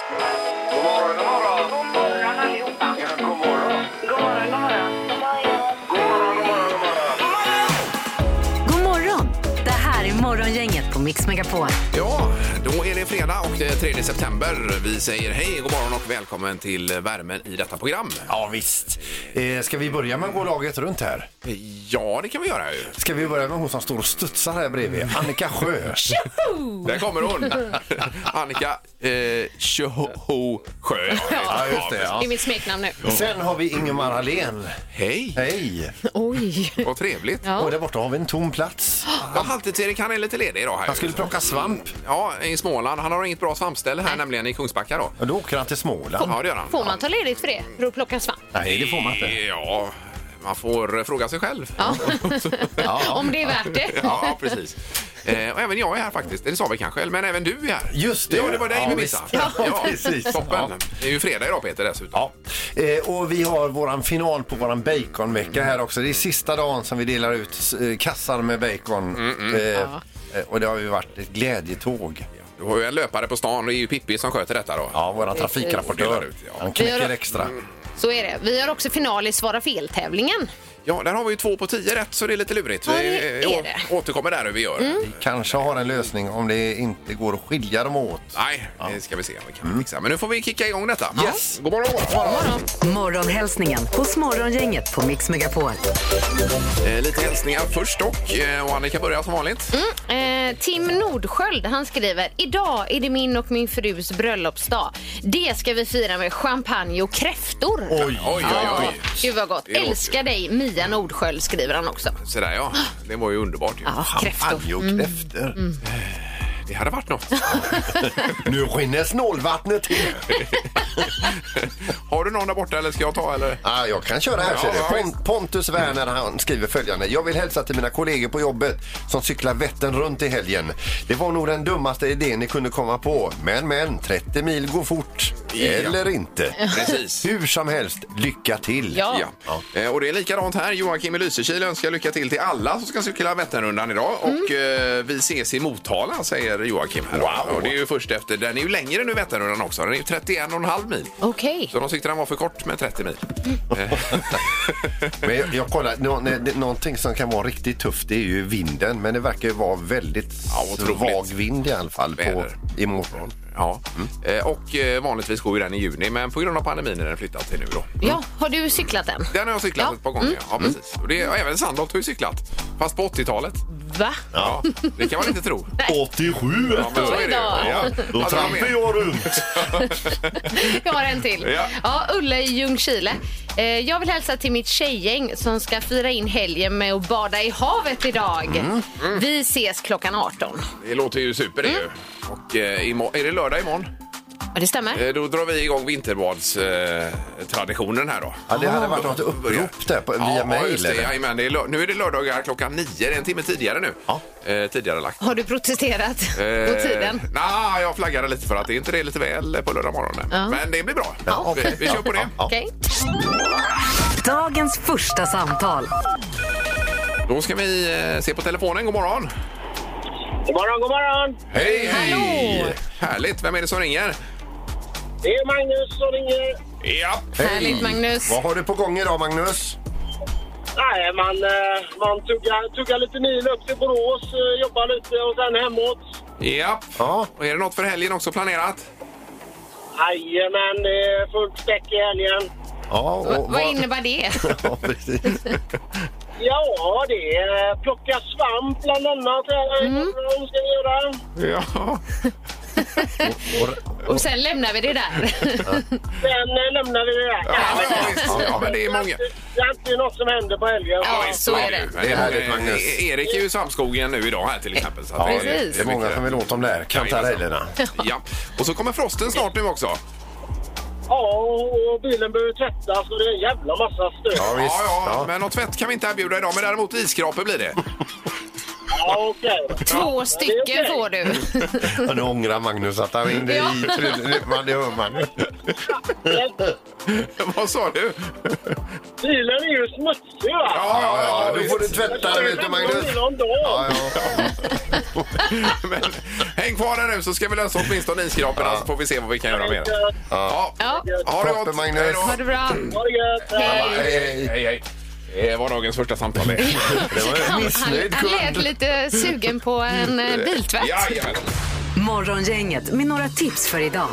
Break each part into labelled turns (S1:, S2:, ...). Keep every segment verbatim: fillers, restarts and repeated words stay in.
S1: God morgon, god morgon. God morgon allihopa. Ja, god morgon. God morgon, god morgon. God morgon, god morgon, god morgon.
S2: God morgon! Det här är Morgongänget på Mix Megapol.
S3: Ja, då är det fredag och det är tredje september. Vi säger hej, god morgon och välkommen till värmen i detta program.
S4: Ja visst. Eh, ska vi börja med att gå laget runt här?
S3: Ja, det kan vi göra ju.
S4: Ska vi börja med hon som står och studsar här bredvid? Annika Sjö.
S3: Där kommer hon. Annika eh, Tjoho Sjö.
S4: Ja, just det. Ja.
S5: Det är mitt smeknamn nu.
S4: Sen har vi Ingemar Hallén.
S3: Hej,
S4: Hej.
S5: Oj.
S3: vad trevligt.
S5: Ja.
S4: Och där borta har vi en tom plats.
S3: Ja, Halvtids-Erik, han är lite ledig idag här.
S4: Han skulle plocka svamp.
S3: Ja, i Småland. Han har inget bra svampställe här, nämligen i Kungsbacka då.
S4: Och då åker han till Småland.
S3: Ja, det gör han.
S5: Får man ta ledigt för det? För att plocka svamp?
S4: Nej, det får man inte.
S3: Ja, man får fråga sig själv.
S5: Ja.
S4: Ja.
S5: Om det är värt det.
S3: Ja, precis. Eh, och även jag är här faktiskt, det sa vi kanske, men även du är här.
S4: Just det.
S3: Ja, det var dig
S4: Ja,
S3: vi
S4: visst.
S3: missade.
S4: Ja, precis.
S3: Toppen.
S4: Ja.
S3: Det är ju fredag idag, Peter, dessutom.
S4: Ja. Eh, och vi har våran final på våran baconvecka här också. Det är sista dagen som vi delar ut eh, kassar med bacon.
S3: Mm, mm.
S4: Eh,
S5: Ja.
S4: eh, och det har ju varit ett glädjetåg.
S3: Du har ju en löpare på stan, det är ju Pippi som sköter detta då.
S4: Ja, våran
S3: Delar
S4: trafikrapportör.
S3: ut, ja.
S4: Han knäcker
S5: Vi har-
S4: extra.
S5: Så är det. Vi har också final i Svara fel-tävlingen.
S3: Ja, där har vi ju två på tio rätt, så det är lite lurigt.
S5: Ja, det
S3: vi
S5: är
S3: å-
S5: det.
S3: återkommer där hur vi gör.
S4: Vi kanske har en lösning om det inte går att skilja dem åt.
S3: Nej, det ska vi se om vi kan fixa. Men nu får vi kicka igång detta.
S4: Yes.
S3: God morgon, god morgon.
S2: Morgonhälsningen hos Morgongänget på Mix Megapol.
S3: Eh, lite hälsningar först dock. Eh, och Annika börjar som vanligt.
S5: Eh, Tim Nordsköld, han skriver: idag är det min och min frus bröllopsdag. Det ska vi fira med champagne och kräftor.
S4: Oj,
S3: Oj, oj, oj.
S5: Gud vad gott.
S3: Det låter-
S5: Älskar dig, Mia Nordsköld, skriver han också.
S3: Så där, ja. Det var ju underbart ju.
S5: Ja, kräftor.
S4: Champagne och kräftor.
S3: Det hade varit något.
S4: Nu rinner snålvattnet till.
S3: Har du någon där borta eller ska jag ta eller?
S4: Ah, jag kan köra här.
S3: Ja,
S4: ser du.
S3: ja,
S4: Pont- Pontus Werner, han skriver följande: jag vill hälsa till mina kollegor på jobbet som cyklar Vättern runt i helgen. Det var nog den dummaste idén ni kunde komma på. Men men, trettio mil går fort.
S3: Ja.
S4: Eller inte.
S3: Precis.
S4: Hur som helst, lycka till.
S5: Ja.
S3: Ja. Eh, och det är likadant här. Joakim i Lysekil önskar lycka till till alla som ska cykla Vätternrundan idag. Och eh, vi ses i Motala, säger Joakim här.
S4: Wow.
S3: Och det är ju först efter, den är ju längre nu Vätternrundan också. Den är ju trettioen och en halv mil.
S5: Okej.
S3: Så de tyckte den var för kort med trettio mil.
S4: Men jag, jag kollar, nå, nå, det- någonting som kan vara riktigt tufft, det är ju vinden. Men det verkar ju vara väldigt
S3: Ja, otroligt.
S4: svag vind i alla fall på,
S3: Väder.
S4: imorgon.
S3: Ja. Eh, och eh, vanligtvis går ju den i juni, men på grund av pandemin är den flyttad till nu då.
S5: Ja, har du cyklat den?
S3: Den har jag cyklat
S5: Ja.
S3: ett par gånger. Ja, precis. Och, det, och även Sandholt har ju cyklat. Fast på åttiotalet.
S5: Va?
S3: Ja, det kan man inte tro.
S4: åttiosju
S3: Ja, men så är det ju.
S5: Oj då.
S3: Ja.
S4: Då
S3: Hade de
S4: trampar
S3: med?
S4: jag runt.
S5: Jag har en till.
S3: Ja.
S5: Ja, Ulla i Ljungskile. Eh, jag vill hälsa till mitt tjejgäng som ska fira in helgen med att bada i havet idag. Vi ses klockan arton.
S3: Det låter ju super det ju. Och eh, imo- är det lördag imorgon?
S5: Ja, det stämmer.
S3: Eh, då drar vi igång vinterbadstraditionen eh, traditionen här då.
S4: Ja, det hade varit något upprop där på, via
S3: Ja,
S4: mejl.
S3: just det.
S4: eller?
S3: Jajamän, det är lör- nu är det lördagar klockan nio. Det är en timme tidigare nu.
S4: Ja.
S3: Eh, tidigare lagt.
S5: Har du protesterat
S3: Eh,
S5: på tiden?
S3: Nej, jag flaggade lite för att det inte det är lite väl på lördag morgon.
S5: Ja.
S3: Men det blir bra.
S4: Ja,
S3: vi,
S4: okej.
S3: vi kör på det.
S4: Ja.
S5: Okej.
S2: Dagens första samtal.
S3: Då ska vi eh, se på telefonen. God morgon.
S1: God morgon, god morgon.
S3: Hej, hej.
S5: Hallå.
S3: Härligt. Vem är det som ringer?
S1: Det är Magnus som ringer.
S3: Ja.
S5: Härligt, Magnus.
S4: Vad har du på gång idag, Magnus?
S1: Nej, man, eh, man tuggar, tuggar lite mil upp till Borås, eh, jobbar lite och sen hemåt.
S3: Ja.
S4: Ja.
S3: Och är det något för helgen också planerat?
S1: Jajamän, det är fullt späck i helgen.
S4: Ja, och,
S5: Va- vad innebär det?
S4: Ja, precis.
S1: Ja, det är plocka svamp bland annat. Här. Mm. Vad ska vi göra?
S3: Ja.
S5: Och sen lämnar vi det där.
S1: Sen eh, lämnar vi det där.
S3: Ja, ja, visst. Ja, men det är många.
S1: Det är alltid något som händer på helgen.
S5: Ja,
S3: visst,
S5: så är det.
S3: ju.
S4: Det är härligt,
S3: Eh,
S4: Magnus.
S3: Erik är ju i Samskogen nu idag här till exempel. Så att
S4: Ja,
S3: det,
S5: Precis.
S4: det är många
S3: mycket-
S4: som vill åt de där kantarellerna.
S3: Ja. Och så kommer frosten snart nu också.
S1: Ja, och bilen behöver tvättas och det är en jävla massa stöd.
S4: Ja, visst.
S3: Ja, ja,
S4: Ja.
S3: men något tvätt kan vi inte erbjuda idag, men däremot isskrapor blir det.
S1: Ja,
S6: Ja, okej.
S5: Två stycken
S6: okej.
S5: får du.
S4: Och nu ångrar Magnus att han ringde
S5: Ja.
S4: i. Man, det hör man.
S3: Vad sa du?
S6: Bilen är ju smutsig, va?
S3: Ja, ja,
S4: Ja,
S3: ja,
S4: då får du tvätta den, vet du, Magnus. Ja, ja.
S3: Men häng kvar där nu så ska vi lösa åtminstone isskraporna så får vi se vad vi kan göra med det. Ja.
S5: Ja,
S3: Ha det
S4: Toppen,
S3: gott.
S4: Magnus.
S3: Hej då.
S5: ha det bra.
S6: Ha det gött.
S5: Hej.
S4: Hej, hej.
S3: Hej, hej. Det var dagens första samtal.
S4: Det var en
S5: Han,
S4: missnöjd
S5: han lät
S4: kund.
S5: lite sugen på en eh, biltvätt.
S3: Jajamän.
S2: Morgongänget med några tips för idag.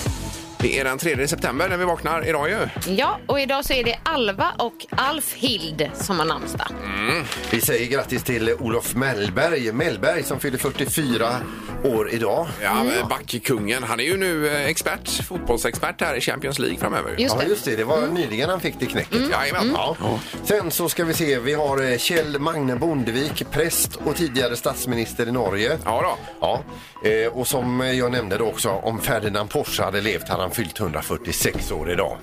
S3: Det är den tredje september när vi vaknar idag ju.
S5: Ja, och idag så är det Alva och Alf Hild som har namnsdag.
S4: Vi säger grattis till Olof Mellberg, Mellberg som fyller fyrtiofyra år idag.
S3: Ja, mm. Backkungen. Han är ju nu eh, expert, fotbollsexpert här i Champions League framöver.
S5: Just
S4: Ja,
S5: det.
S4: just det. Det var nyligen han fick det knäcket.
S3: Jajamän.
S4: Ja. Sen så ska vi se, vi har eh, Kjell Magne Bondevik, präst och tidigare statsminister i Norge.
S3: Ja då.
S4: Ja. Eh, och som jag nämnde då också, om Ferdinand Porsche hade levt hade han fyllt hundrafyrtiosex år idag.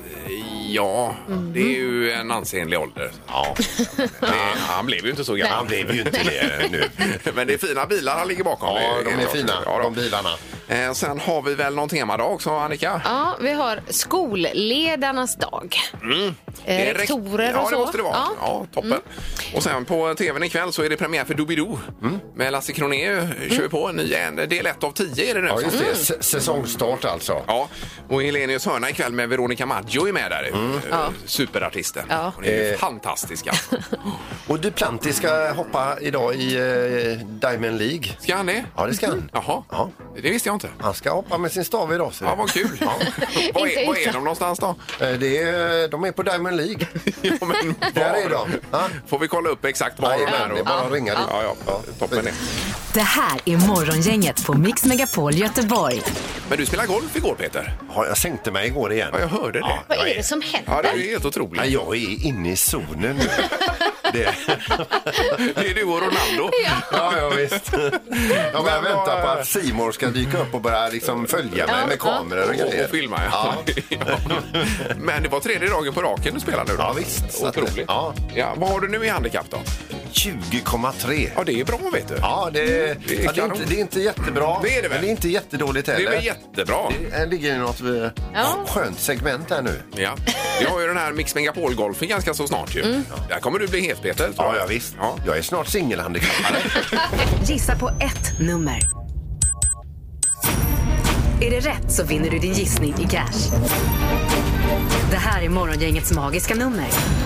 S3: Ja, det är ju en ansenlig ålder.
S4: Ja.
S3: Det, han blev ju inte så gammal.
S4: Han blev ju inte det nu.
S3: Men det är fina bilar han ligger bakom.
S4: Ja,
S3: Det
S4: de är
S3: bra.
S4: fina,
S3: Ja, då.
S4: de bilarna.
S3: Eh, sen har vi väl någon temadag också, Annika?
S5: Ja, vi har skolledarnas dag.
S3: Det
S5: Eh,
S3: är rek-
S5: rektorer
S3: ja,
S5: och så.
S3: det måste det vara. Ja.
S5: Ja.
S3: toppen. Och sen på tvn ikväll så är det premiär för Doobidoo. Med Lasse Kronér kör vi på. En ny en, del ett av tio är det nu.
S4: Ja, just det. S- säsongstart alltså.
S3: Ja, och Helenius hörna ikväll med Veronica Maggio är med där. Eh, Superartisten.
S5: Ja.
S3: Hon är ju
S4: Eh.
S3: fantastisk. Alltså.
S4: Och Duplantis ska hoppa idag i eh, Diamond League.
S3: Ska han det?
S4: Ja, det ska han.
S3: Jaha,
S4: Ja.
S3: det visste jag inte.
S4: Han ska hoppa med sin stav idag. Så.
S3: Ja, vad kul. Ja. Var,
S5: Inte
S3: är, var är
S5: utan.
S3: de någonstans då?
S4: Eh, Det är, de är på Diamond League.
S3: Ja, men
S4: Där
S3: var?
S4: är de. Ja.
S3: Får vi kolla upp exakt var de
S4: Jajamän,
S3: är?
S4: det är
S3: då?
S4: bara att ringa dit.
S3: Ja, ja, toppen det.
S2: Det här är Morgongänget på Mix Megapol Göteborg.
S3: Men du spelade golf igår, Peter?
S4: Ja, jag sänkte mig igår igen.
S3: Ja, jag hörde det.
S5: Vad är det som händer?
S3: Ja, det är ju helt otroligt.
S4: Ja, jag är inne i zonen nu. Det.
S3: Det är du och Ronaldo.
S4: Ja, ja, visst. Jag bara väntar på att Simon ska dyka upp och börja liksom följa mig med kameror och
S3: Och,
S4: grejer.
S3: och filma, ja. Ja. Men det var tredje dagen på raken du spelade nu då?
S4: Ja, visst. Så att-
S3: Otroligt.
S4: ja.
S3: Ja, vad har du nu i handikapp då?
S4: tjugo komma tre.
S3: Ja, det är bra, vet du.
S4: Ja, det,
S3: Det är
S4: ja, det, är
S3: kanon.
S4: inte, det är inte jättebra.
S3: Det är det väl?
S4: Men det är inte jättedåligt
S3: Det
S4: heller.
S3: är väl jättebra.
S4: Det ligger i något eh,
S5: Ja.
S4: skönt segment här nu.
S3: Ja. Vi har ju den här Mix Megapol-golfen ganska så snart ju. Där kommer du bli het, Peter. tror
S4: Ja,
S3: jag.
S4: ja visst.
S3: Ja.
S4: Jag är snart singelhandikappad.
S2: Gissa på ett nummer. Är det rätt så vinner du din gissning i cash. Det här är Morgongängets magiska nummer.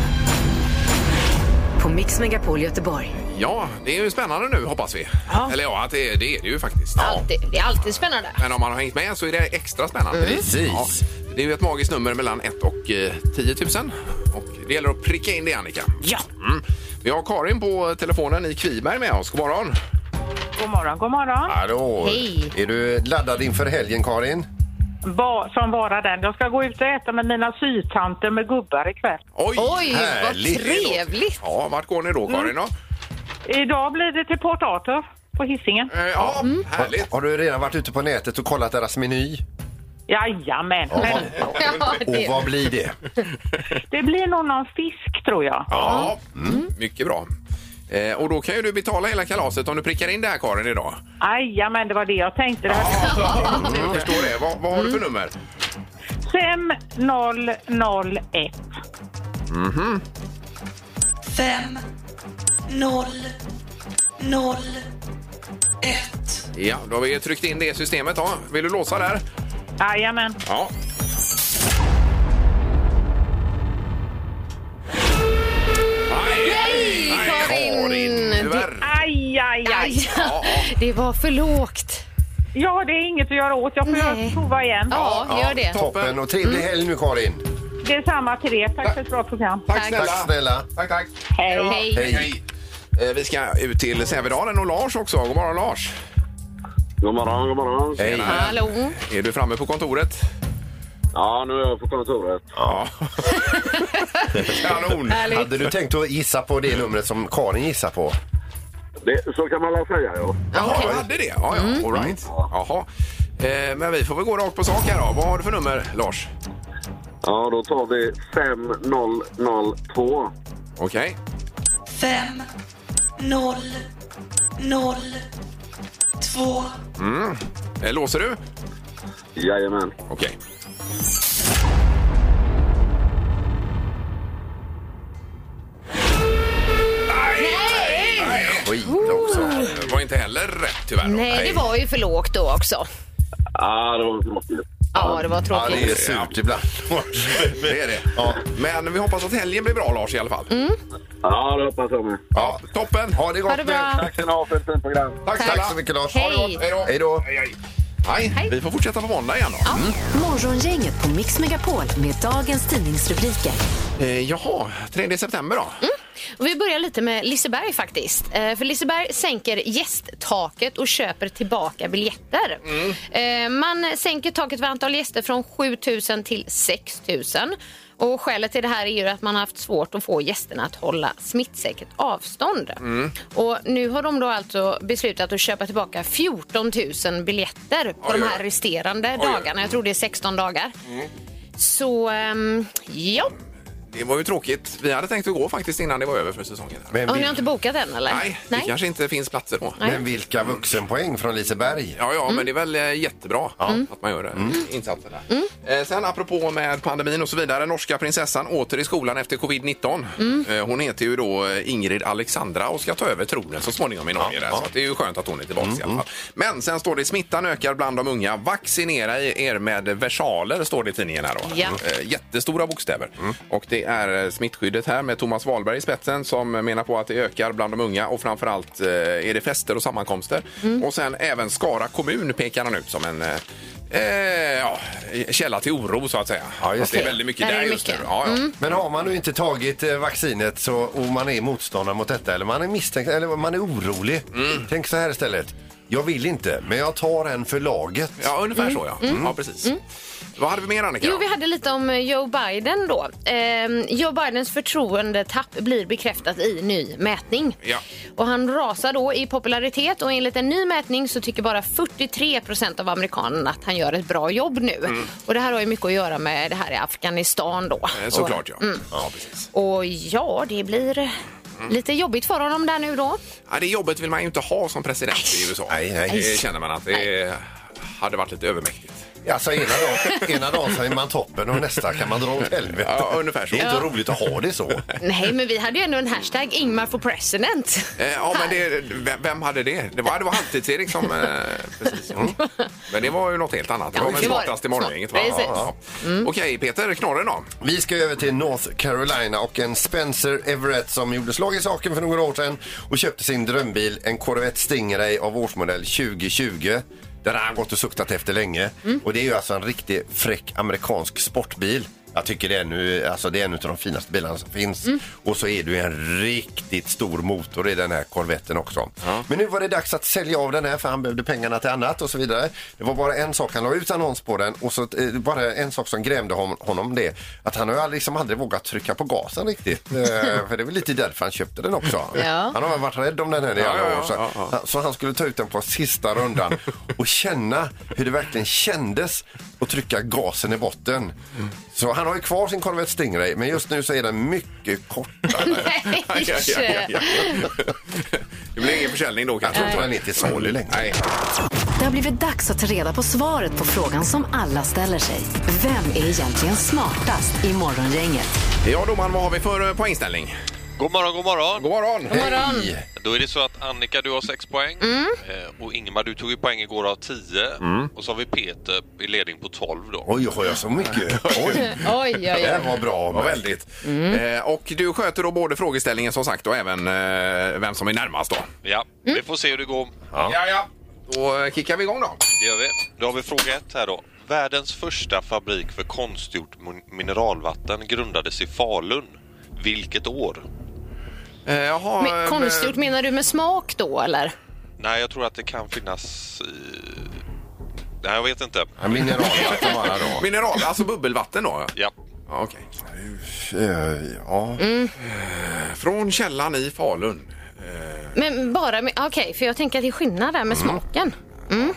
S2: På Mix Megapol Göteborg.
S3: Ja, det är ju spännande nu hoppas vi.
S5: Ja.
S3: Eller ja, att det, det är det ju faktiskt.
S5: Alltid. Det är alltid spännande.
S3: Men om man har hängt med så är det extra spännande.
S4: Precis.
S3: Ja, det är ju ett magiskt nummer mellan ett och eh, tio tusen. Och det gäller att pricka in det, Annika.
S5: Ja.
S3: Mm. Vi har Karin på telefonen i Kviberg med oss. God morgon.
S7: God morgon, god morgon.
S4: Hallå.
S5: Hej.
S4: Är du laddad inför helgen, Karin?
S7: Ba, som bara den. Jag ska gå ut och äta med mina sytanter med gubbar ikväll.
S3: Oj,
S5: Oj,
S4: härligt.
S5: vad trevligt.
S3: Ja, vart går ni då, Karin? Då?
S7: Idag blir det till Port Arthur på Hisingen.
S3: Eh, ja,
S5: Mm.
S3: härligt.
S4: Har du redan varit ute på nätet och kollat deras meny?
S7: Jajamän.
S4: Ja.
S7: Men
S5: Ja,
S4: Och
S5: det.
S4: vad blir det?
S7: det blir nog någon fisk, tror jag.
S3: Ja, mm. mycket bra. Eh, och då kan ju du betala hela kalaset om du prickar in det här, Karin, idag.
S7: Jajamän, det var det jag tänkte. Det
S3: Mm, jag förstår det. Vad, vad har du för nummer?
S7: fem noll noll ett.
S8: Fem, noll, noll, ett.
S3: Ja, då har vi tryckt in det i systemet. Ja. Vill du låsa där?
S7: Jajamän.
S3: Ja.
S5: Nej, Karin.
S3: Tyvärr.
S7: Aj, aj, aj.
S5: Aj,
S3: Ja,
S5: det var för lågt.
S7: Ja, det är inget att göra åt. Jag får
S5: Nej.
S7: göra prova igen.
S5: Ja, gör det.
S4: Toppen och trevlig helg nu, Karin.
S7: Det är samma till er. Tack för ett bra program.
S3: Tack snälla.
S4: Tack snälla.
S3: Tack, tack.
S7: Hej.
S5: Hej.
S3: Hej, hej. Eh, Vi ska ut till Sävedalen och Lars också. God morgon, Lars.
S6: God morgon, god morgon.
S4: Hej.
S5: Hallå.
S3: Är du framme på kontoret?
S6: Ja, nu är jag på kontoret.
S3: Ja. Kanon.
S4: Hade du tänkt att gissa på det numret som Karin gissar på?
S6: Det, så kan man väl säga, ja.
S3: Jaha, du hade det? Ja, ja. All right. Jaha. Eh, Men vi får väl gå rakt på sak här då. Vad har du för nummer, Lars?
S6: Ja, då tar vi fem noll noll två.
S3: Okej.
S8: Fem, noll, noll två.
S3: Mm. Eh, Låser du?
S6: Jajamän.
S3: Okej.
S4: Skit också.
S3: Det var inte heller rätt tyvärr. då.
S5: Nej, det var ju för lågt då också.
S6: Ja, det var tråkigt.
S5: Ja, det var
S4: Ja,
S5: tråkigt.
S4: det är surt ibland.
S3: Det är det.
S4: Ja.
S3: Men vi hoppas att helgen blir bra, Lars, i alla fall.
S5: Mm.
S6: Ja, det hoppas jag med.
S3: Ja, toppen.
S4: Ha det gott.
S5: Ha det bra.
S6: Tack ska ni ha för ett fint program.
S3: Tack
S4: Tack
S3: snälla.
S4: så mycket, Lars.
S5: Hej.
S3: Ha det gott. Hej då.
S4: Hej då.
S3: Hej, hej. Hej.
S5: Hej.
S3: Vi får fortsätta på måndag igen då.
S2: Morgongänget på Mix Megapol med dagens tidningsrubriker.
S3: Eh, jaha, tredje september då.
S5: Mm. Och vi börjar lite med Liseberg faktiskt. Eh, för Liseberg sänker gästtaket och köper tillbaka biljetter. Mm. Eh, man sänker taket för antal gäster från sju tusen till sex tusen. Och skälet till det här är ju att man har haft svårt att få gästerna att hålla smittsäkert avstånd. Mm. Och nu har de då alltså beslutat att köpa tillbaka fjorton tusen biljetter på
S3: Oj,
S5: de
S3: oj.
S5: här resterande
S3: Oj, oj.
S5: dagarna. Jag tror det är sexton dagar. Mm. Så, um, ja.
S3: Det var ju tråkigt. Vi hade tänkt att gå faktiskt innan det var över för säsongen.
S4: Men,
S5: Och ni
S4: vil-
S5: har inte bokat än eller?
S3: Nej, det kanske inte finns platser då.
S5: Nej.
S4: men vilka vuxenpoäng från Liseberg?
S3: Ja, ja,
S5: Mm.
S3: men det är väl eh, jättebra att man gör det. Insatsen där.
S5: Mm.
S3: Eh, sen apropå med pandemin och så vidare. Norska prinsessan åter i skolan efter covid nitton.
S5: Mm.
S3: Eh, hon heter ju då eh, Ingrid Alexandra och ska ta över tronen så småningom i Norge. Där, så att det är ju skönt att hon är tillbaka i alla fall. Men sen står det smittan ökar bland de unga. Vaccinera er med versaler står det i tidningen här då.
S5: Ja.
S3: Eh, jättestora bokstäver. Och det är eh, smittskyddet här med Thomas Wahlberg i spetsen som menar på att det ökar bland de unga och framförallt eh, är det fester och sammankomster. Och sen även Skara kommun pekar han ut som en eh, eh, ja, källa till oro så att säga.
S4: Ja, just
S3: Att det är
S4: det.
S3: väldigt mycket
S5: Där är
S3: där
S5: det
S3: just nu.
S5: mycket.
S3: Ja, ja.
S4: Men har man nu inte tagit eh, vaccinet så, och man är motståndare mot detta eller man är misstänkt eller man är orolig. Tänk så här istället. Jag vill inte, men jag tar en för laget.
S3: Ja, ungefär så ja. Ja, precis. Vad hade vi mer, Annika?
S5: Jo, vi hade lite om Joe Biden då. Eh, Joe Bidens förtroendetapp blir bekräftat i ny mätning.
S3: Ja.
S5: Och han rasar då i popularitet och enligt en ny mätning så tycker bara fyrtiotre procent av amerikanerna att han gör ett bra jobb nu.
S3: Mm.
S5: Och det här har ju mycket att göra med det här i Afghanistan då.
S3: Eh, Såklart, ja.
S5: Och,
S3: Ja, precis.
S5: och ja, det blir lite jobbigt för honom där nu då.
S3: Ja, det jobbet vill man ju inte ha som president i U S A.
S4: Nej, nej.
S3: Det känner man att det hade varit lite övermäktigt.
S4: Alltså ena dagen, ena dagen så är man toppen och nästa kan man dra åt helvete.
S3: Ja, ungefär så.
S4: Det är inte roligt att ha det så.
S5: Nej, men vi hade ju ändå en hashtag Ingmar for president.
S3: Eh, ja, men det, vem, vem hade det? Det var, det var Halvtids-Erik som... Eh, precis, ja. Men det var ju något helt annat. Det var
S5: Ja,
S3: väl
S5: det var det.
S3: smartast i morgongänget, va?
S5: Precis.
S3: Ja, ja. Okej, Peter, knorren då?
S4: Vi ska över till North Carolina och en Spencer Everett som gjorde slag i saken för några år sedan och köpte sin drömbil, en Corvette Stingray av årsmodell tjugo tjugo. Den har han gått och suktat efter länge. Mm. Och det är ju alltså en riktig fräck amerikansk sportbil. Jag tycker det är, nu, alltså det är en av de finaste bilarna som finns. Mm. Och så är det ju en riktigt stor motor i den här Corvetten också. Ja. Men nu var det dags att sälja av den här för han behövde pengarna till annat och så vidare. Det var bara en sak, han la ut annons på den och så eh, bara en sak som grämde hon, honom det. Att han har ju liksom aldrig vågat trycka på gasen riktigt. eh, för det är väl lite därför han köpte den också.
S5: Ja.
S4: Han har varit rädd om den här i alla
S3: Ja, ja,
S4: år. Så,
S3: ja, ja.
S4: så han skulle ta ut den på sista rundan och känna hur det verkligen kändes att trycka gasen i botten. Så han har ju kvar sin Corvette Stingray, men just nu så är den mycket kortare.
S5: Nej,
S3: Aj, aj, aj, aj, aj. Det blir ingen försäljning då
S4: Jag
S3: kanske.
S4: tror inte den är till salu längre.
S3: Nej.
S2: Det har blivit dags att ta reda på svaret på frågan som alla ställer sig. Vem är egentligen smartast i morgongänget?
S3: Ja, domaren, vad har vi för eh, poängställning?
S9: God morgon, god morgon.
S3: God morgon.
S5: God morgon.
S4: Hej.
S9: Då är det så att Annika, du har sex poäng.
S5: Mm.
S9: Eh, och Ingemar, du tog ju poäng igår av tio.
S3: Mm.
S9: Och så har vi Peter i ledning på tolv då.
S4: Oj, har jag så mycket? Oj,
S5: Oj, oj,
S4: det
S5: oj.
S4: här var bra.
S3: Ja, väldigt. Eh, och du sköter då både frågeställningen som sagt och även eh, vem som är närmast då.
S9: Ja, vi får se hur det går.
S3: Ja, ja. Då kickar vi igång då.
S9: Det gör vi. Då har vi fråga ett här då. Världens första fabrik för konstgjort min- mineralvatten grundades i Falun. Vilket år?
S3: Eh, jaha,
S5: Men, konstgjort, menar du med smak då eller?
S9: Nej, jag tror att det kan finnas... I... Nej, jag vet inte.
S4: Ja, mineralvatten bara då.
S3: Mineral, alltså bubbelvatten då?
S9: Ja.
S3: Ja, okej.
S4: Eh, ja.
S5: Mm.
S3: Från källan i Falun. Eh,
S5: Men bara med, okej, för jag tänker att det är skillnad där med smaken. Mm.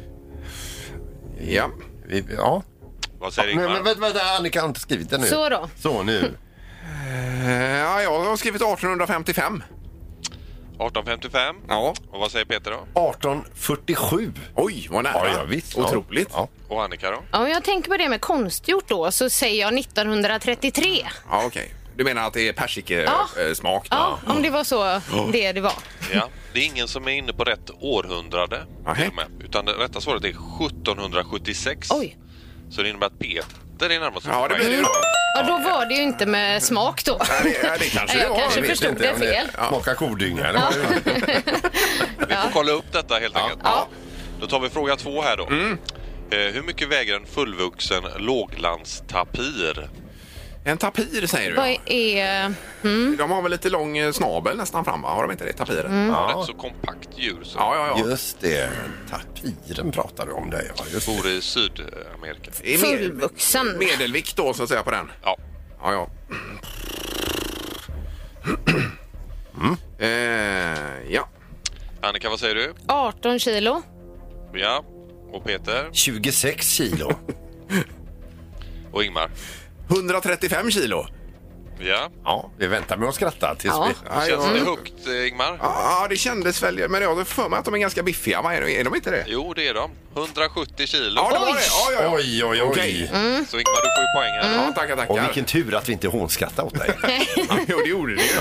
S3: ja.
S4: Vi, ja.
S9: Vad säger
S4: Men,
S9: Ingmar?
S4: men vänta, vänta, Annika har inte skrivit det nu.
S5: Så då.
S4: Så nu.
S3: Eh, ja, jag har skrivit arton femtiofem.
S9: arton femtiofem.
S3: Ja.
S9: Och vad säger Peter då?
S4: arton fyrtiosju.
S3: Oj, vad nära.
S4: Ja, ja, visst.
S3: Otroligt.
S4: Ja.
S9: Och Annika då?
S5: Ja, om jag tänker på det med konstgjort då så säger jag nittonhundratrettiotre.
S3: Ja, okej. Du menar att det är persikesmak?
S5: Ja, om det var så det det var.
S9: Ja, det är ingen som är inne på rätt århundrade.
S3: Nähä.
S9: Med, utan det rätta svaret är sjuttonhundrasjuttiosex.
S5: Oj.
S9: Så det innebär att Peter är närmast.
S3: Ja, det blir det ju då.
S5: Ja, då var det ju inte med smak då.
S3: Ja, det, ja, det kanske
S5: Jag
S3: det var.
S5: kanske
S3: Jag vet
S5: förstod
S3: inte.
S5: det fel.
S3: Ja.
S4: Smaka kodynga. eller vad det är.
S9: Vi får kolla upp detta helt enkelt.
S5: Ja.
S9: Då tar vi fråga två här då. Eh, hur mycket väger en fullvuxen låglandstapir?
S3: En tapir säger du.
S5: Vad är...
S3: De har väl lite lång eh, snabel nästan fram, va? Har de inte det, tapiren?
S9: Ja. Rätt så kompakt djur. Så
S3: Ja, ja, ja.
S4: Just det. Tapiren pratar du om det. Ja, just det.
S9: bor i Sydamerika.
S3: Det är med-
S5: Fullvuxen.
S3: Medelvikt då, så att säga, på den.
S9: Ja.
S3: Ja, ja. Eh, ja.
S9: Annika, vad säger du?
S5: arton kilo.
S9: Ja. Och Peter?
S4: tjugosex kilo.
S9: Och Ingmar?
S3: hundratrettiofem kilo.
S9: Ja.
S4: Ja, vi väntar med att skratta tills
S5: Ja.
S4: vi...
S3: Ja,
S9: Känns
S3: ja.
S9: det högt, eh, Ingmar?
S3: Ja, det kändes väl, men jag har för mig att de är ganska biffiga. Va? Är de- Är de inte det?
S9: Jo, det är de. hundrasjuttio kilo.
S3: Ja, det var det. Ja, ja, ja.
S4: Oj, oj, oj.
S3: Okej.
S9: Så Ingmar, du får ju poäng här.
S3: Ja, tackar, tackar.
S4: Och vilken tur att vi inte hånskrattar åt dig.
S3: Jo, det gjorde det ju.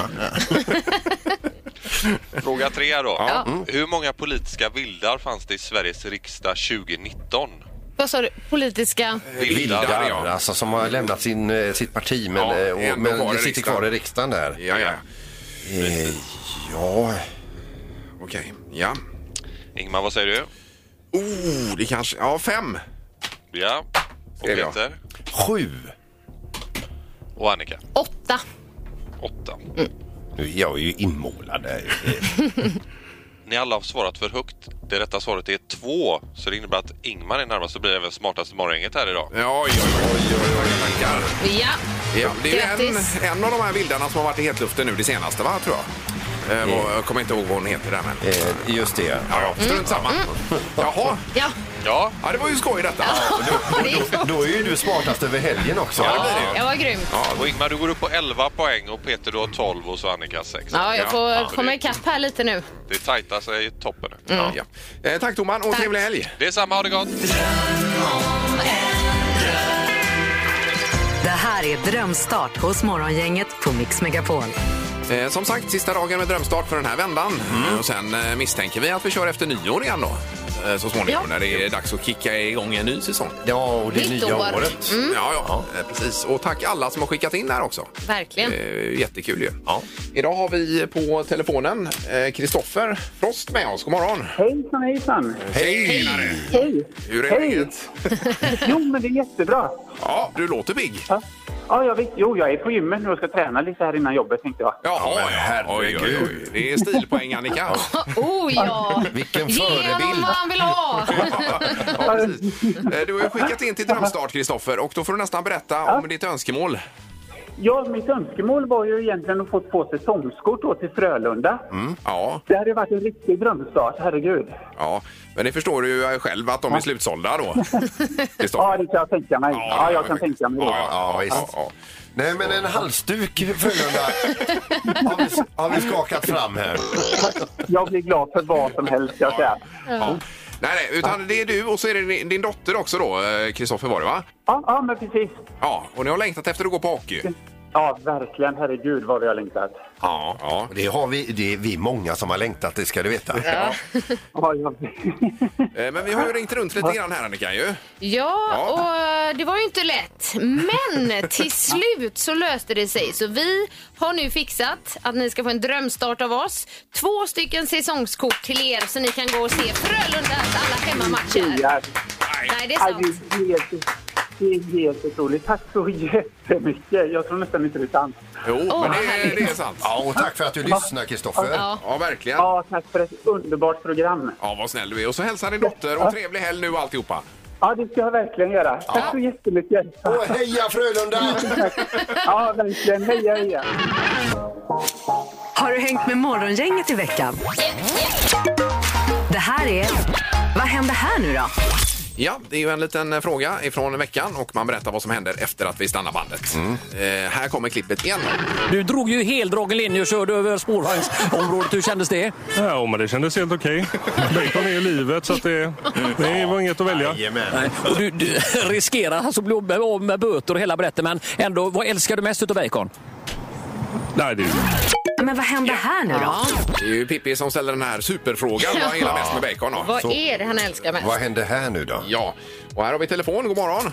S9: Fråga tre då.
S5: Ja.
S9: Mm. Hur många politiska vildar fanns det i Sveriges riksdag tjugonitton?
S5: Vad sa du? Politiska...
S4: Vildar, ja. Alltså som har lämnat sin, eh, sitt parti men,
S3: Ja,
S4: eh, och,
S3: ändå
S4: men
S3: kvar i
S4: sitter
S3: riksdagen.
S4: kvar i riksdagen där.
S3: Ja, ja.
S4: Eh, ja,
S3: Okej, ja.
S9: Ingmar, vad säger du?
S3: Oh, det kanske... Ja, fem.
S9: Ja. Och
S3: Det är bra.
S9: Peter?
S4: sju.
S9: Och Annika?
S5: Åtta.
S9: Åtta.
S4: Nu är jag ju inmålad där.
S9: Ni alla har svarat för högt. Det rätta svaret är två. Så det innebär att Ingmar är närmast och blir även smartaste morgongänget här idag.
S3: Ja, oj, oj, oj, oj, oj, tackar.
S5: Ja.
S3: Ja, det är ju
S5: Grattis.
S3: en, en av de här vildarna som har varit i hetluften nu det senaste, va, tror jag. Eh, vad- Jag kommer inte ihåg vad hon heter där, men...
S4: Eh, just det.
S3: Ja, ja, strunt samma. Jaha,
S5: Ja.
S9: Ja.
S3: ja, det var ju skoj detta.
S5: Det är
S4: Då är ju du smartast över helgen också.
S3: Ja, det blir det ju.
S5: Jag var grym.
S9: Och Ingmar, du går upp på elva poäng och Peter du har tolv och så Annika sex.
S5: Ja, jag får
S9: Ja,
S5: komma
S9: det-
S5: ikapp här lite nu.
S9: Det tajtar sig i toppen.
S3: Ja. Eh, tack, Toman, och
S5: Tack.
S3: trevlig helg.
S9: Det är samma, ha det gott!
S2: Det här är Drömstart hos Morgongänget på Mix Megapol.
S3: Eh, som sagt, sista dagen med drömstart för den här vändan. Och sen eh, misstänker vi att vi kör efter nyår igen då. Eh, så småningom,
S5: Ja.
S3: när det är dags att kicka igång en ny säsong.
S4: Ja, och det
S5: Nytt
S4: nya
S5: år.
S4: året.
S3: Ja, ja, eh, precis. Och tack alla som har skickat in där också.
S5: Verkligen.
S3: Eh, jättekul ju.
S4: Ja.
S3: Idag har vi på telefonen Kristoffer Frost med oss. God morgon.
S6: Hejsan, hejsan.
S3: Hej!
S6: Hej.
S3: Hur är
S6: Hej.
S3: läget?
S6: Jo, men det är jättebra.
S3: Ja, du låter pigg.
S6: Ja, ja jag vet. Jo, jag är på gymmet nu och ska träna lite här innan jobbet, tänkte jag.
S3: Jaha,
S4: men herregud.
S3: oj, oj, oj. Det är stilpoäng, Annika.
S5: Oh ja!
S4: Vilken
S5: Ge honom
S4: förebild.
S5: vad han vill ha!
S3: Ja, precis. Eh, Du har ju skickat in till Drömstart, Kristoffer, och då får du nästan berätta om ditt önskemål.
S6: Ja, mitt önskemål var ju egentligen att få två säsongskort då till Frölunda.
S3: Ja,
S6: Det hade varit en riktig drömstart, herregud.
S3: ja. Men det förstår du ju själv att de är slutsålda då. Kristoffer.
S6: Ja, det kan jag tänka mig. Ja, jag kan tänka mig det.
S3: Ja, ja,
S4: Ja, visst.
S3: ja, ja.
S4: Nej, men en halsduk Frölunda har vi, har vi skakat fram här.
S6: Jag blir glad för vad som helst, jag säger.
S3: Ja. Nej, nej, utan det är du och så är det din- din dotter också då, eh, Kristoffer var det, va?
S6: Ja, ja, men precis.
S3: Ja, och ni har längtat efter att gå på hockey.
S6: Ja, verkligen. Herregud vad vi har längtat.
S3: Ja, ja.
S4: Det har vi, det är vi många som har längtat, det ska du veta.
S6: Ja, ja.
S3: Eh, Men vi har ju ringt runt lite grann här, Annika, ju.
S5: Ja, och det var ju inte lätt. Men till slut så löste det sig. Så vi har nu fixat att ni ska få en drömstart av oss. Två stycken säsongskort till er så ni kan gå och se Frölundas alla hemmamatcher.
S6: Ja.
S5: Nej, det är
S6: Ja,
S5: sant.
S6: det är helt, det är helt otroligt. Tack så jättemycket. Jag tror nästan inte det är sant.
S3: Jo, men
S5: vad
S3: det,
S5: härligt.
S3: det är sant.
S4: Ja, och tack för att du lyssnar, Kristoffer.
S5: Ja.
S3: Ja, verkligen.
S6: Ja, tack för ett underbart program.
S3: Ja, vad snäll du är. Och så hälsar din dotter och trevlig helg nu och alltihopa.
S6: Ja, det ska jag verkligen göra. Tack så jättemycket.
S4: Och heja Frölunda!
S6: Ja, verkligen. Heja, heja.
S2: Har du hängt med Morgongänget i veckan? Det här är... Vad händer här nu då?
S3: Ja, det är ju en liten fråga ifrån veckan och man berättar vad som händer efter att vi stannar bandet. Mm. Eh, här kommer klippet igen.
S10: Du drog ju heldragen linje och körde över spårvagnsområdet. Hur kändes det?
S11: Ja, men det kändes helt okej. Bacon är ju livet så att det, det var inget att välja.
S10: Nej. Och du, du riskerar alltså att bli av med böter och hela brätten, men ändå, vad älskar du mest utav bacon?
S11: Nej, det är...
S2: Men vad händer här nu då?
S3: Ja, det är ju Pippi som ställer den här superfrågan. Vad gillar mest med bacon då?
S5: Vad
S3: Så,
S5: är det han älskar mest?
S4: Vad händer här nu då?
S3: ja, och här har vi telefon. God morgon.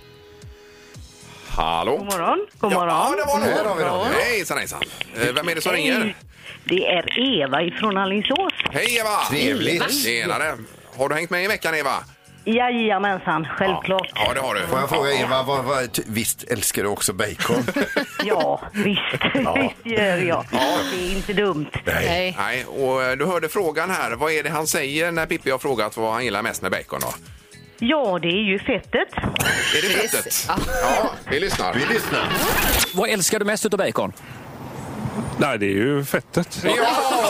S3: Hallå?
S12: God morgon. God
S3: Ja,
S12: morgon.
S3: ja, det var
S4: Här har vi
S3: någon.
S4: dem.
S3: Hejsan, hejsan. Eh, Vem är det som ringer?
S12: Det är Eva ifrån Alingsås.
S3: Hej Eva!
S4: Trevligt.
S3: Tjenare. Har du hängt med i veckan, Eva?
S12: Jajamensan, självklart.
S3: Ja, det har du.
S4: Får jag fråga
S3: Ja.
S4: Eva, vad, vad, ty- visst älskar du också bacon?
S12: Ja, visst. Visst gör jag. Det är inte dumt.
S5: Nej.
S3: Nej, och eh, du hörde frågan här. Vad är det han säger när Pippi har frågat vad han gillar mest med bacon då?
S12: Ja, det är ju fettet.
S3: Är det fettet? Ja, vi lyssnar.
S4: Vi lyssnar.
S10: Vad älskar du mest utav bacon?
S11: Nej, det är ju fettet.
S3: Ja,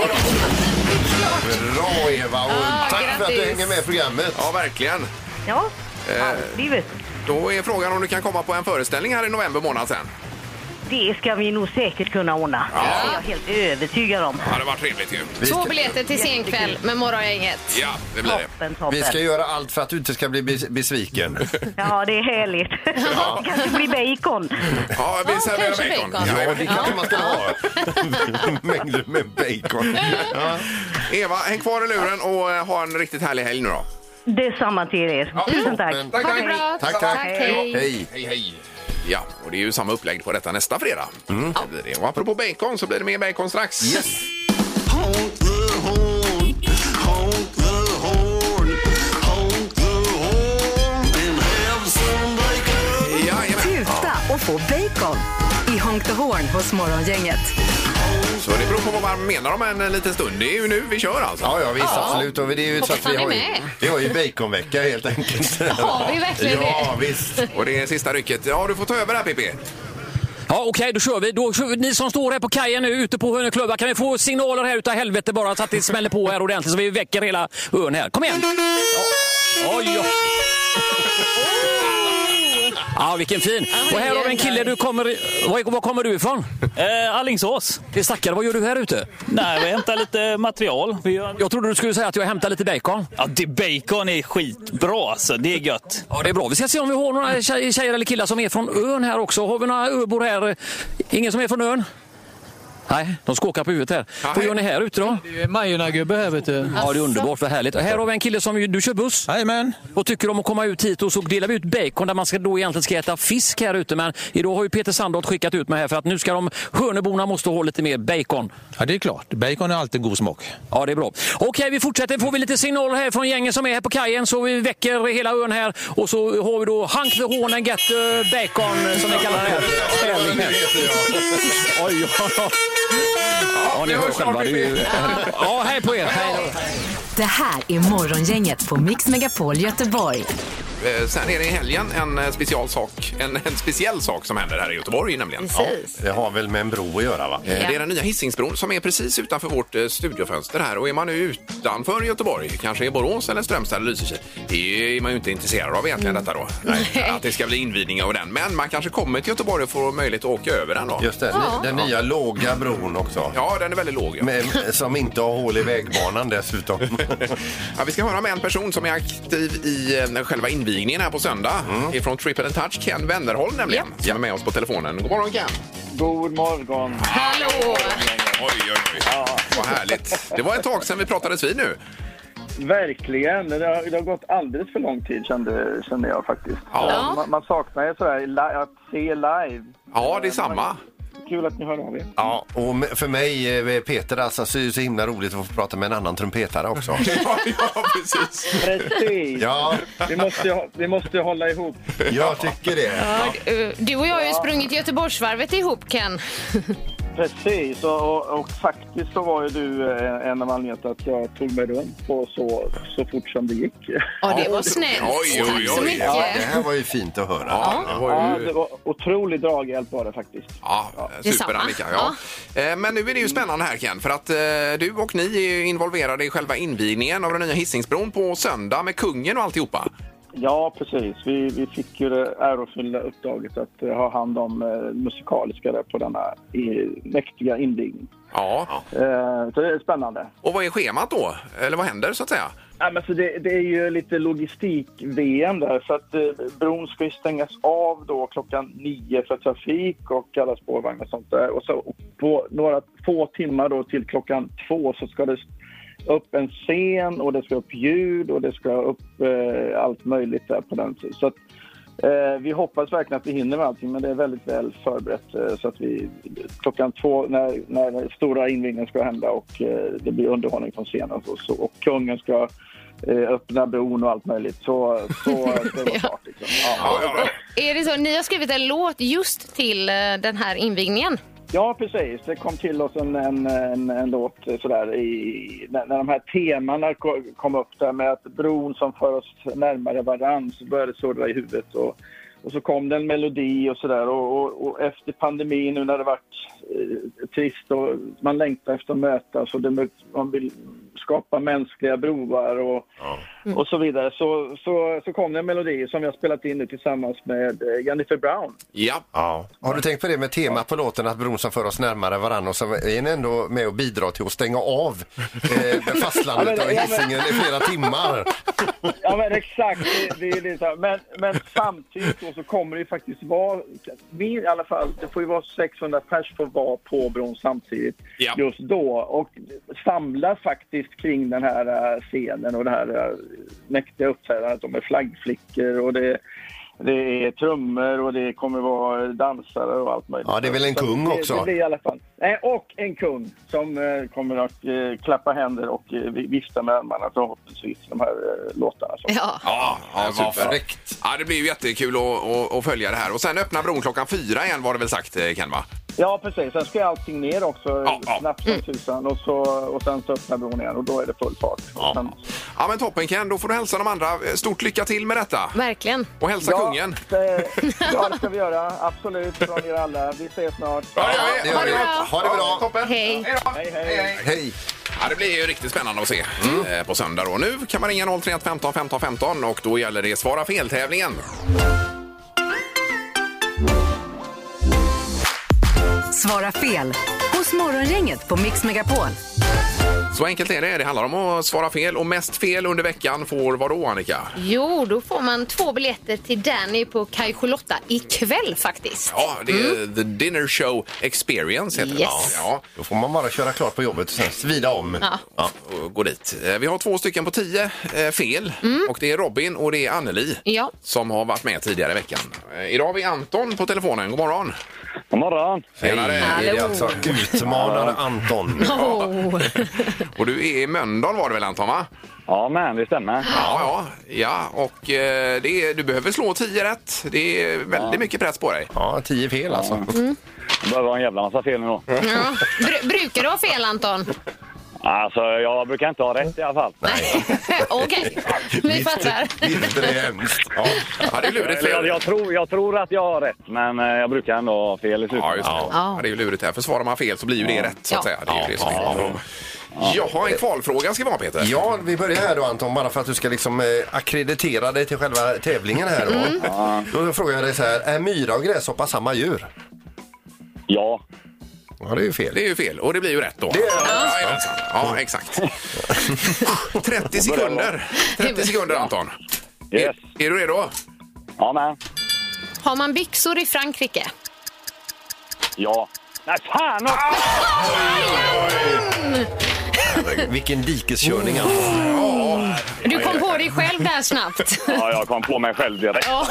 S4: Bra Eva och
S5: Ah,
S4: tack för att du
S5: grattis.
S4: hänger med i programmet.
S3: ja, verkligen.
S12: Ja, alltid vet du.
S3: Då är frågan om du kan komma på en föreställning här i november månad sen.
S12: Det ska vi nog säkert kunna ordna. Det är jag helt övertygad om.
S3: Ja, det var trevligt ju.
S4: Vi
S5: Två
S4: ska,
S5: biljetter till senkväll med Morgongänget.
S3: Ja, det blir det.
S12: Toppen, toppen.
S4: vi ska göra allt för att du inte ska bli bes- besviken.
S12: Ja, det är härligt. Det kanske blir bacon.
S3: Ja, vi
S5: Ja,
S3: serverar
S5: kanske
S3: bacon.
S5: bacon.
S4: Ja, det kanske man ska ha. Mängder med bacon. Ja.
S3: Eva, häng kvar i luren och eh, ha en riktigt härlig helg nu då.
S12: Detsamma till er. Tusen tack.
S4: Men-
S3: Tack,
S5: Ha
S3: tack.
S5: det bra.
S4: Tack, tack.
S5: Hej.
S4: Hej.
S3: Hej, hej. Ja, och det är ju samma upplägg på detta nästa fredag. Mm. Det blir det. Och apropå bacon så blir det mer bacon strax.
S4: Yes.
S3: Jajamän.
S2: Tuta och få bacon i Honk the Horn hos Morgongänget.
S3: Så det beror på vad man menar om en liten stund. Det är ju nu vi kör alltså.
S4: Ja, ja, visst, absolut. Och det är ju så att vi
S5: Hoppas
S4: har
S5: ni
S4: ju,
S5: är med.
S4: vi har ju baconvecka helt enkelt.
S5: Har vi verkligen
S4: Ja,
S5: det?
S4: visst.
S3: Och det är sista rycket. Ja, du får ta över här Pippi.
S10: Ja, okej, då kör vi. Då kör vi. Ni som står här på kajen nu ute på Hönöklubba, kan vi få signaler här utav helvete bara så att det smäller på här ordentligt så vi väcker hela ön här. Kom igen! Ja. Oj, oj. Ja, vilken fin. Och här har vi en kille, du kommer, var, var kommer du ifrån?
S13: Eh, Alingsås.
S10: Det stackare, vad gör du här ute?
S13: Nej, vi hämtar lite material. Vi gör...
S10: Jag trodde du skulle säga att jag hämtar lite bacon.
S13: Ja, det bacon är skitbra alltså. Det är gött.
S10: Ja, det är bra. Vi ska se om vi har några tjej, tjejer eller killar som är från ön här också. Har vi några öbor här? Ingen som är från ön? Nej, de skåkar på huvudet här. Vad gör ni här ute då?
S14: Det är Majorna-gubbe här, vet du.
S10: Ja, det är underbart, vad härligt. Och här har vi en kille som ju- du kör buss.
S14: Jajamän.
S10: Och tycker om att komma ut hit och så delar vi ut bacon där man ska då egentligen ska äta fisk här ute. Men idag har ju Peter Sandholt skickat ut mig här för att nu ska de, Hörneborna måste ha lite mer bacon.
S14: Ja, det är klart. Bacon är alltid god smak.
S10: Ja, det är bra. Okej, vi fortsätter. Får vi lite signaler här från gängen som är här på kajen så vi väcker hela ön här. Och så har vi då Hank the Horn and Get uh, Bacon som vi kallar det här. Tävling här. Oj, oj, oj. Ja, ni hör själva. Det är ju... Ja, hej på er. Hej då.
S2: Det här är Morgongänget på Mix Megapol Göteborg.
S3: Eh, Sen är det i helgen en eh, speciell sak, en, en speciell sak som händer här i Göteborg nämligen.
S5: Precis.
S4: Det har väl med en bro att göra, va?
S3: Eh, Det är den nya Hisingsbron som är precis utanför vårt eh, studiofönster här. Och är man nu utanför Göteborg, kanske i Borås eller Strömstad eller Lysekil, det är man ju inte intresserad av egentligen detta då. Nej. Att det ska bli invigning av den. Men man kanske kommer till Göteborg och får möjlighet att åka över den då.
S4: Just det, den nya låga bron också.
S3: Ja, den är väldigt låg. Ja.
S4: Men, som inte har hål i vägbanan dessutom.
S3: Ja, vi ska höra med en person som är aktiv i eh, själva invigningen här på söndag. Mm. Ifrån Triple and Touch, Ken Wennerholm nämligen. Som är med oss på telefonen. God morgon Ken!
S6: God morgon.
S5: Hallå!
S3: Oj, oj, oj. Vad härligt. Det var ett tag sedan vi pratades vid nu.
S6: Verkligen. Det har, det har gått alldeles för lång tid kände, kände jag faktiskt.
S3: Ja.
S6: Man, man saknar ju sådär li- att se live.
S3: Ja, det är samma.
S6: Kul att ni hör av er.
S4: Ja, och med- för mig, eh, Peter, alltså, så är det så himla roligt att få prata med en annan trumpetare också.
S3: Ja, ja, precis.
S6: Precis.
S4: Ja,
S6: Vi måste, ju- vi måste ju hålla ihop.
S4: jag tycker det.
S5: Ja, du- du och jag har ju sprungit Göteborgsvarvet ihop, Ken.
S6: Precis, och, och, och faktiskt så var ju du eh, en av anledningarna till att jag tog mig runt på så, så fort som det gick.
S5: Ja, det var snällt.
S3: Oj, oj, oj.
S5: Tack så mycket.
S4: Ja, det här var ju fint att höra.
S3: Ja, det var
S6: Ja,
S3: ju...
S6: det var otrolig draghjälp var det faktiskt.
S3: Ja, super
S5: Detsamma.
S3: Annika. Ja. Eh, Men nu är det ju spännande här Ken, för att eh, du och ni är ju involverade i själva invigningen av den nya Hisingsbron på söndag med kungen och alltihopa.
S6: Ja, precis. Vi, vi fick ju det ärofyllda uppdraget att uh, ha hand om uh, musikaliska där på denna uh, mäktiga invigning.
S3: Ja.
S6: Uh, så det är spännande.
S3: Och vad är schemat då? Eller vad händer så att säga?
S6: Ja, men så det, det är ju lite logistik-V M där, så att uh, bron ska ju stängas av då klockan nio för trafik och alla spårvagnar och sånt där. Och så och på några få timmar då till klockan två så ska det upp en scen och det ska upp ljud och det ska upp uh, allt möjligt där på den. Så att uh, vi hoppas verkligen att vi hinner med allting, men det är väldigt väl förberett uh, så att vi klockan två när, när stora invigningen ska hända och uh, det blir underhållning från scenen och, så, och kungen ska uh, öppna bron och allt möjligt, så, så det var klart. Liksom. Ja.
S5: Ja, ja. Är det så? Ni har skrivit en låt just till uh, den här invigningen?
S6: Ja, precis. Det kom till oss en, en, en, en låt sådär i, när, när de här temana kom upp där med att bron som för oss närmare varann, så började det surra i huvudet och, och så kom det en melodi och sådär och, och, och efter pandemin nu när det varit eh, trist och man längtar efter att mötas och det, man vill skapa mänskliga broar och,
S4: ja.
S6: och så vidare, så, så, så kom det en melodi som jag spelat in nu tillsammans med Jennifer Brown.
S3: Ja.
S4: ja. Har du tänkt på det med tema på låten att bron som för oss närmare varann och så är ni ändå med och bidrar till att stänga av eh, fastlandet av Hisingen i flera timmar?
S6: Ja, men exakt, det, det är det så. Men, men samtidigt så, så kommer det ju faktiskt vara, vi, i alla fall, det får ju vara sexhundra pers för att vara på bron samtidigt
S3: ja.
S6: just då och samla faktiskt kring den här scenen och det här mäktiga uppträdandet med flaggflickor och det, det är trummor och det kommer vara dansare och allt möjligt.
S4: Ja, det är väl en kung
S6: det,
S4: också?
S6: Det blir i alla fall. Nej, och en kung som eh, kommer att eh, klappa händer och eh, vifta med armarna förhoppningsvis de här eh, låtarna. Så.
S5: Ja,
S3: ja, ja super.
S4: Perfekt.
S3: Ja, det blir ju jättekul att, att, att följa det här. Och sen öppnar bron klockan fyra igen var det väl sagt, Ken, va?
S6: Ja, precis. Sen ska allting ner också
S3: ja, ja.
S6: snabbt som tusan och, så, och sen så öppnar bron igen och då är det full fart.
S3: Ja.
S6: Sen...
S3: ja, men toppen, Ken. Då får du hälsa de andra. Stort lycka till med detta.
S5: Verkligen.
S3: Och hälsa
S6: ja,
S3: kungen.
S6: Det, ja, det ska vi göra. Absolut, från er alla. Vi ses snart.
S3: Ja, det
S4: gör vi.
S3: Ha det
S4: bra. Ha det bra.
S3: Ja, toppen.
S5: Hej.
S3: Hej, då.
S6: Hej, hej.
S4: Hej.
S3: Ja, det blir ju riktigt spännande att se mm. på söndag då. Nu kan man ringa noll tre ett femton femton femton och då gäller det Svara fel-tävlingen.
S2: Svara fel hos Morgongänget på Mix Megapol.
S3: Så enkelt är det. Det handlar om att svara fel och mest fel under veckan får vad då, Annika?
S5: Jo, då får man två biljetter till Danny på Kaj Charlotta ikväll faktiskt.
S3: Ja, det är mm. The Dinner Show Experience heter
S5: yes.
S3: det. Ja.
S4: Då får man bara köra klart på jobbet och sen svida om.
S5: Ja.
S3: Ja, och gå dit. Vi har två stycken på tio eh, fel mm. och det är Robin och det är Anneli
S5: ja.
S3: som har varit med tidigare i veckan. Eh, idag har vi Anton på telefonen. God morgon.
S15: God morgon.
S3: Tjenare.
S4: Hej, är det alltså utmanare Anton.
S5: Oh.
S3: Och du är i Mölndal var det väl, Anton, va?
S15: Ja, men det stämmer.
S3: Ja, ja, ja. Och eh, det är, du behöver slå tio rätt. Det är väldigt ja. mycket press på dig.
S4: Ja, tio fel alltså.
S5: Mm.
S15: Det behöver vara en jävla massa fel nu då.
S5: Ja. Br- brukar du ha fel, Anton?
S15: Alltså, jag brukar inte ha rätt i alla fall.
S5: Nej. Okej, vi fattar.
S4: Visst är det hemskt. Ja.
S3: Ja, det är lurigt.
S15: Jag, jag, tror, jag tror att jag har rätt, men jag brukar ändå ha fel i slutet.
S3: Ja, just det. Ja. Ja, det är ju lurigt här. För svarar man fel så blir ju det rätt, så att säga. Det är ju det som är ja. Ja. Jag har en kvalfråga ska vara, Peter.
S4: Ja, vi börjar här då, Anton, bara för att du ska liksom eh, akkreditera dig till själva tävlingen här då. Mm. Ja. Då frågar jag dig så här, är myra och gräshoppa samma djur?
S15: Ja.
S4: Ja, det är ju fel.
S3: Det är ju fel, och det blir ju rätt då.
S4: Det är
S3: ja, ja, exakt. trettio sekunder. trettio sekunder, Anton.
S15: Yes.
S3: Är, är du redo?
S15: Ja, men.
S5: Har man byxor i Frankrike?
S15: Ja. Nej, fan också!
S4: Vilken dikeskörning, Anton.
S5: Oh. Du kom på dig själv där snabbt.
S15: Ja, jag kom på mig själv direkt.
S5: Ja.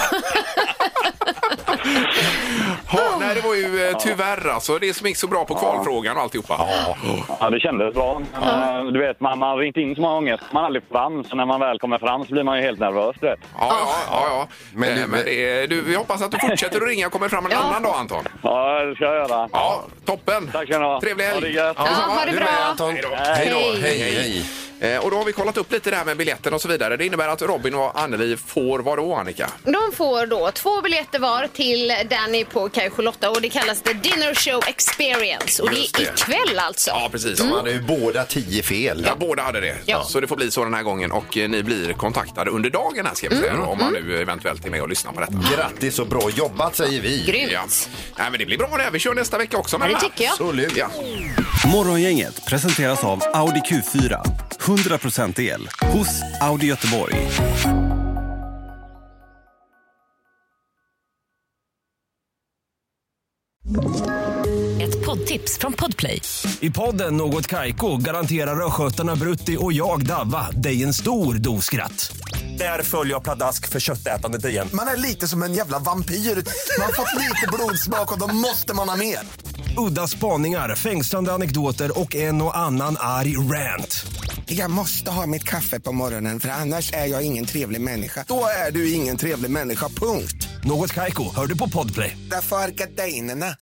S3: Ha, nej, det var ju eh, tyvärr alltså. Det som gick så bra på kvalfrågan och alltihopa.
S15: Ja, ja det kändes bra. Ja. Du vet, man har ringt in så många gånger. Man aldrig fram, så när man väl kommer fram så blir man ju helt nervös. Du vet.
S3: Ja, ja, ja, ja. Men, eh, men det är, du, vi hoppas att du fortsätter att ringa och kommer fram en ja. annan dag, Anton.
S15: Ja, det ska jag göra.
S3: Ja, toppen.
S15: Tack ska ni ha.
S3: Trevlig helg.
S5: Ja, ha det bra.
S4: Anton.
S5: Hej då.
S4: Hej då. Hej, hej.
S3: Eh, och då har vi kollat upp lite det här med biljetten och så vidare. Det innebär att Robin och Anneli får vad då, Annika?
S5: De får då två biljetter var till Danny på Kaj Charlotta och det kallas The Dinner Show Experience. Och det är ikväll alltså.
S3: Ja, precis.
S4: Mm. Man hade ju båda tio fel.
S3: Ja, båda hade det.
S5: Ja.
S3: Så det får bli så den här gången och eh, ni blir kontaktade under dagen här ska vi säga,
S5: Mm.
S3: om man nu eventuellt är med och lyssnar på detta.
S4: Grattis och bra jobbat säger vi.
S5: Grymt.
S3: Ja. Nej, men det blir bra det. Vi kör nästa vecka också med
S5: Ja, det
S3: här.
S5: tycker jag.
S4: Absolut.
S3: Ja.
S16: Morgongänget presenteras av Audi Q fyra. hundra procent el hos Audi Göteborg.
S2: Ett poddtips från Podplay.
S17: I podden Något Kaiko garanterar röskötarna Brutti och jag Davva dig en stor doskratt. Där följer jag pladask för köttätandet igen.
S18: Man är lite som en jävla vampyr. Man har fått lite blodsmak och då måste man ha mer.
S17: Udda spaningar, fängslande anekdoter och en och annan arg rant.
S18: Jag måste ha mitt kaffe på morgonen för annars är jag ingen trevlig människa. Då är du ingen trevlig människa, punkt.
S17: Något Kaiko, hör du på Podplay.
S18: Därför är gardinerna.